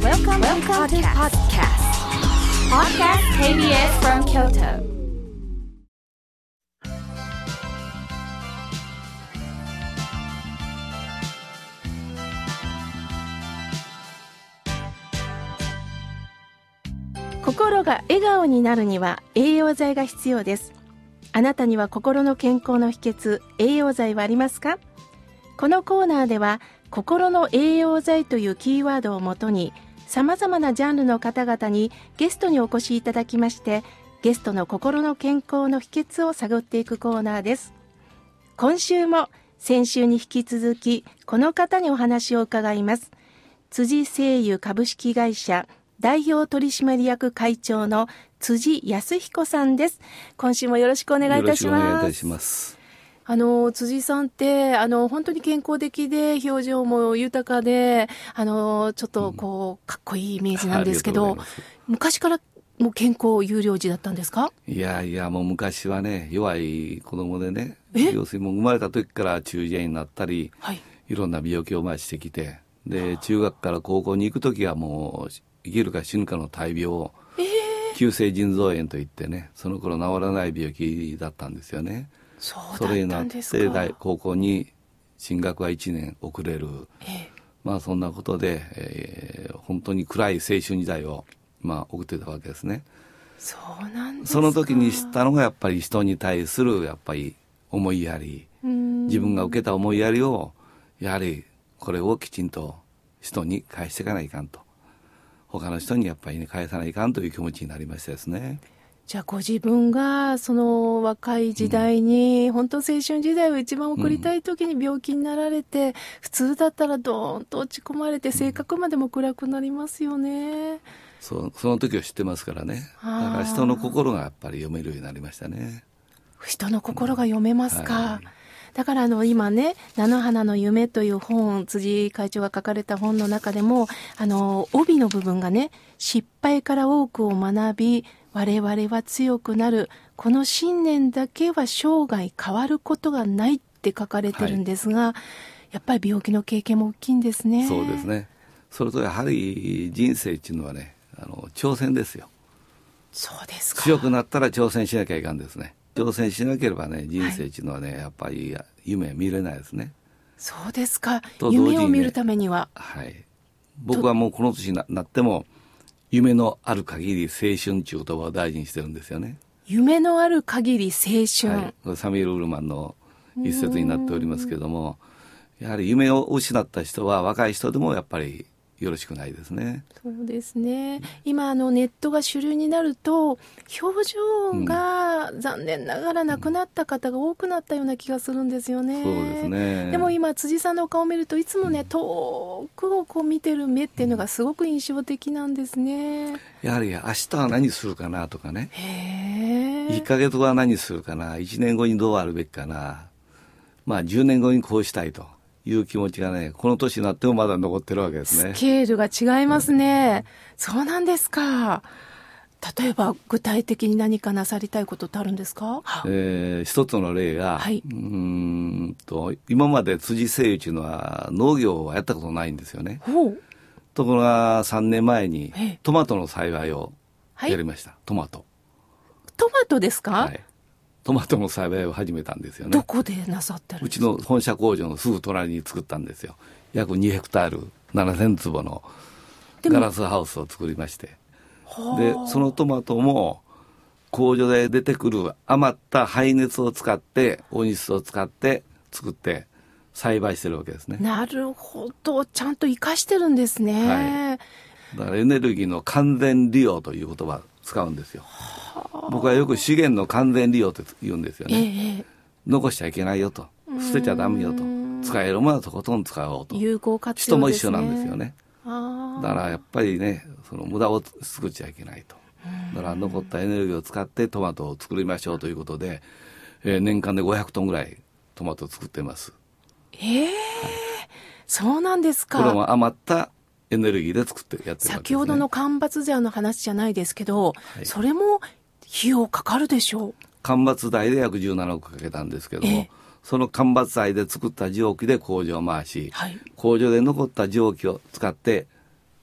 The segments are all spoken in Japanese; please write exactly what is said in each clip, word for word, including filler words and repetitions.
Welcome, Welcome to podcast. Podcast ケービーエス from Kyoto. 心が笑顔になるには栄養剤が必要です。あなたには心の健康の秘訣、栄養剤はありますか？このコーナーでは心の栄養剤というキーワードをもとにさまざまなジャンルの方々にゲストにお越しいただきまして、ゲストの心の健康の秘訣を探っていくコーナーです。今週も先週に引き続きこの方にお話を伺います。辻製油株式会社代表取締役会長の辻康彦さんです。今週もよろしくお願いいたします。 よろしくお願いいたします。 あの辻さんってあの本当に健康的で表情も豊かで、あのちょっとこう、うん、かっこいいイメージなんですけど、昔からもう健康有料児だったんですか？ いやいや、もう昔はね、弱い子供でね、要するにもう生まれた時から中耳炎になったり、はい、いろんな病気をましてきて、で中学から高校に行く時はもう生きるか死ぬかの大病を、えー、急性腎臓炎といってね、その頃治らない病気だったんですよね。 そうだったんですか。 それになって高校に進学はいちねん遅れる、えー、まあそんなことで、えー、本当に暗い青春時代を、まあ、送ってたわけですね。 そうなんですか。 その時に知ったのがやっぱり人に対するやっぱり思いやり、自分が受けた思いやりをやはりこれをきちんと人に返していかないかんと、他の人にやっぱり、ね、返さないかんという気持ちになりましたですね。 じゃあご自分がその若い時代に、うん、本当青春時代を一番送りたい時に病気になられて、うん、普通だったらドーンと落ち込まれて性格までも暗くなりますよね、うん、 そうその時を知ってますからね。だから人の心がやっぱり読めるようになりましたね。 人の心が読めますか、うんはい、だからあの今ね、菜の花の夢という本、辻会長が書かれた本の中でも、あの帯の部分がね、失敗から多くを学び我々は強くなる、この信念だけは生涯変わることがないって書かれてるんですが、はい、やっぱり病気の経験も大きいんですね。 そうですね。それとやはり人生っていうのはね、あの挑戦ですよ。 そうですか。 強くなったら挑戦しなきゃいかんですね。挑戦しなければね、人生っていうのはね、はい、やっぱり夢見れないですね。 そうですか。夢を見るためには、 はい、僕はもうこの年に な, なっても夢のある限り青春という言葉を大事にしてるんですよね。 夢のある限り青春、 はい、これサミュエル・ウルマンの一節になっておりますけども、やはり夢を失った人は若い人でもやっぱりよろしくないですね。 そうですね。今あのネットが主流になると表情が残念ながらなくなった方が多くなったような気がするんですよね、 うん、そうですね。 でも今辻さんのお顔を見るといつもね、遠くをこう見てる目っていうのがすごく印象的なんですね。 やはり明日は何するかなとかね、 へいっかげつごは何するかな、いちねんごにどうあるべきかな、まあじゅうねんごにこうしたいという気持ちがね、この年になってもまだ残ってるわけですね。 スケールが違いますね、うん、そうなんですか。例えば具体的に何かなさりたいことってあるんですか？ えー、一つの例が、はい、うーんと今まで辻製油というのは農業はやったことないんですよね。 ほう。 ところがさんねんまえにトマトの栽培をやりました、はい、トマトトマトですか？ はい、トマトの栽培を始めたんですよね。 どこでなさってるんですか？ うちの本社工場のすぐ隣に作ったんですよ。約にヘクタールななせんつぼのガラスハウスを作りまして、でそのトマトも工場で出てくる余った排熱を使って温室を使って作って栽培してるわけですね。 なるほど、ちゃんと生かしてるんですね、 はい、だからエネルギーの完全利用という言葉を使うんですよ。僕はよく資源の完全利用と言うんですよね、ええ、残しちゃいけないよと、捨てちゃダメよと、使えるものはとことん使おうと、 有効活用ですね。 人も一緒なんですよね。あ、だからやっぱりね、その無駄を作っちゃいけないと。だから残ったエネルギーを使ってトマトを作りましょうということで、えー、年間でごひゃくトンぐらいトマトを作ってます。 えーはい、そうなんですか。 これも余ったエネルギーで作ってやってるわけですね。 先ほどの間伐材の話じゃないですけど、はい、それも費用かかるでしょう。 間伐材で約じゅうななおくかけたんですけども、えー、その間伐材で作った蒸気で工場を回し、はい、工場で残った蒸気を使って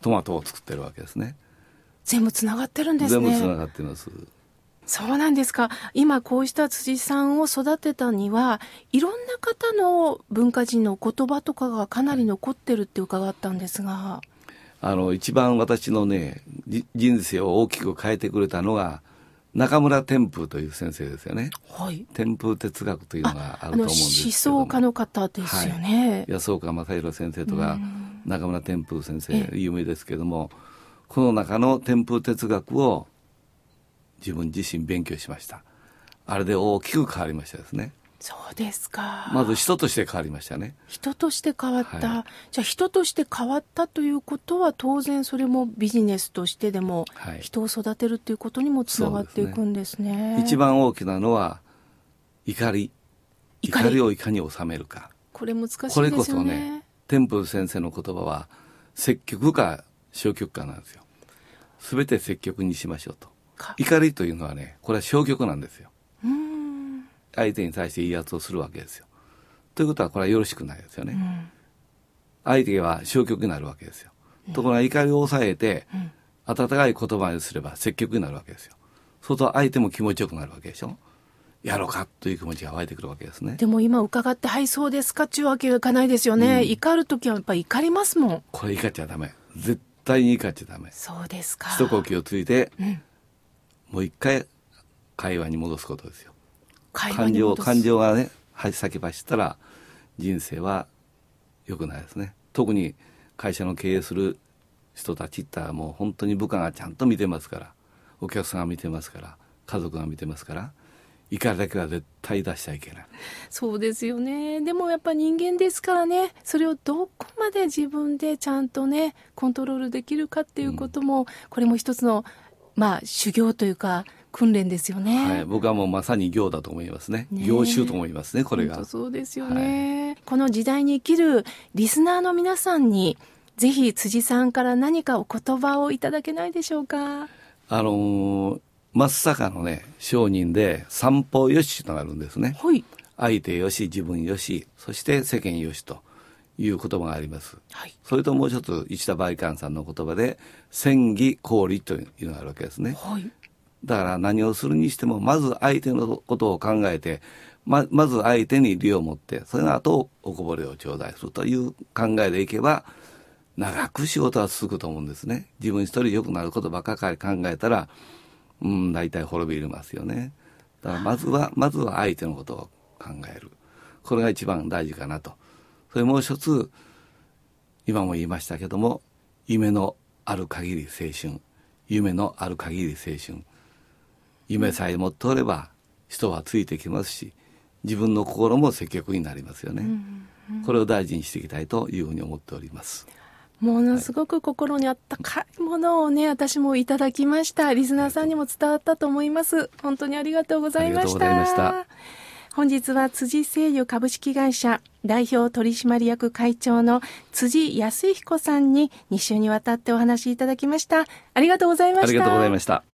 トマトを作ってるわけですね。 全部つながってるんですね。 全部つながっています。 そうなんですか。今こうした辻さんを育てたにはいろんな方の文化人の言葉とかがかなり残ってるって伺ったんですが、 あの一番私のね人生を大きく変えてくれたのが中村天風という先生ですよね。 はい、 天風哲学というのがあると思うんですけども、 思想家の方ですよね。 はい、安岡正弘先生とか中村天風先生有名ですけども、この中の天風哲学を自分自身勉強しました。あれで大きく変わりましたですね。 そうですか。 まず人として変わりましたね。 人として変わった、 はい、 じゃあ人として変わったということは当然それもビジネスとしてでも人を育てるということにもつながっていくんですね。 そうですね。一番大きなのは怒り怒り、怒りをいかに収めるか。 これ難しいですよね。 これこそね、天風先生の言葉は積極か消極かなんですよ。すべて積極にしましょうと。怒りというのはね、これは消極なんですよ。 うーん、 相手に対して威圧をするわけですよ。ということはこれはよろしくないですよね。 うん、 相手は消極になるわけですよ。うん、ところが怒りを抑えて、うん、温かい言葉にすれば積極になるわけですよ。そうすると相手も気持ちよくなるわけでしょ。やろうかという気持ちが湧いてくるわけですね。 でも今伺ってはいそうですかっていうわけがいかないですよね、うん、怒るときはやっぱり怒りますもん。 これ怒っちゃダメ。絶対に怒っちゃダメ。 そうですか。 一呼吸をついて、うん、もう一回会話に戻すことですよ。感情感情がね先走ったら人生は良くないですね。特に会社の経営する人たちってもう本当に部下がちゃんと見てますから、お客さんが見てますから、家族が見てますから、怒りだけは絶対出しちゃいけない。 そうですよね。でもやっぱ人間ですからね、それをどこまで自分でちゃんとねコントロールできるかっていうことも、うん、これも一つのまあ修行というか訓練ですよね。 はい、僕はもうまさに行だと思いますね。行修と思いますね、これが。 本当そうですよね、はい、この時代に生きるリスナーの皆さんにぜひ辻さんから何かお言葉をいただけないでしょうか。 あのー、松坂のね商人で三方よしとなるんですね、 はい、 相手よし自分よしそして世間よしという言葉があります、 はい、 それともう一つ市田梅寛さんの言葉で戦義公理というのがあるわけですね、 はい、 だから何をするにしてもまず相手のことを考えて ま, まず相手に利を持ってそれの後おこぼれを頂戴するという考えでいけば長く仕事は続くと思うんですね。自分一人良くなることばっかり考えたらうん大体滅びますよね。だからまずはまずは相手のことを考える、これが一番大事かなと。それもう一つ今も言いましたけども、夢のある限り青春、夢のある限り青春、夢さえ持っておれば人はついてきますし自分の心も積極になりますよね、うんうん、これを大事にしていきたいというふうに思っております。 ものすごく心にあったかいものをね、はい、私もいただきました。リスナーさんにも伝わったと思います。本当にありがとうございました。ありがとうございました。本日は辻製油株式会社代表取締役会長の辻康彦さんにに週にわたってお話しいただきました。ありがとうございました。 ありがとうございました。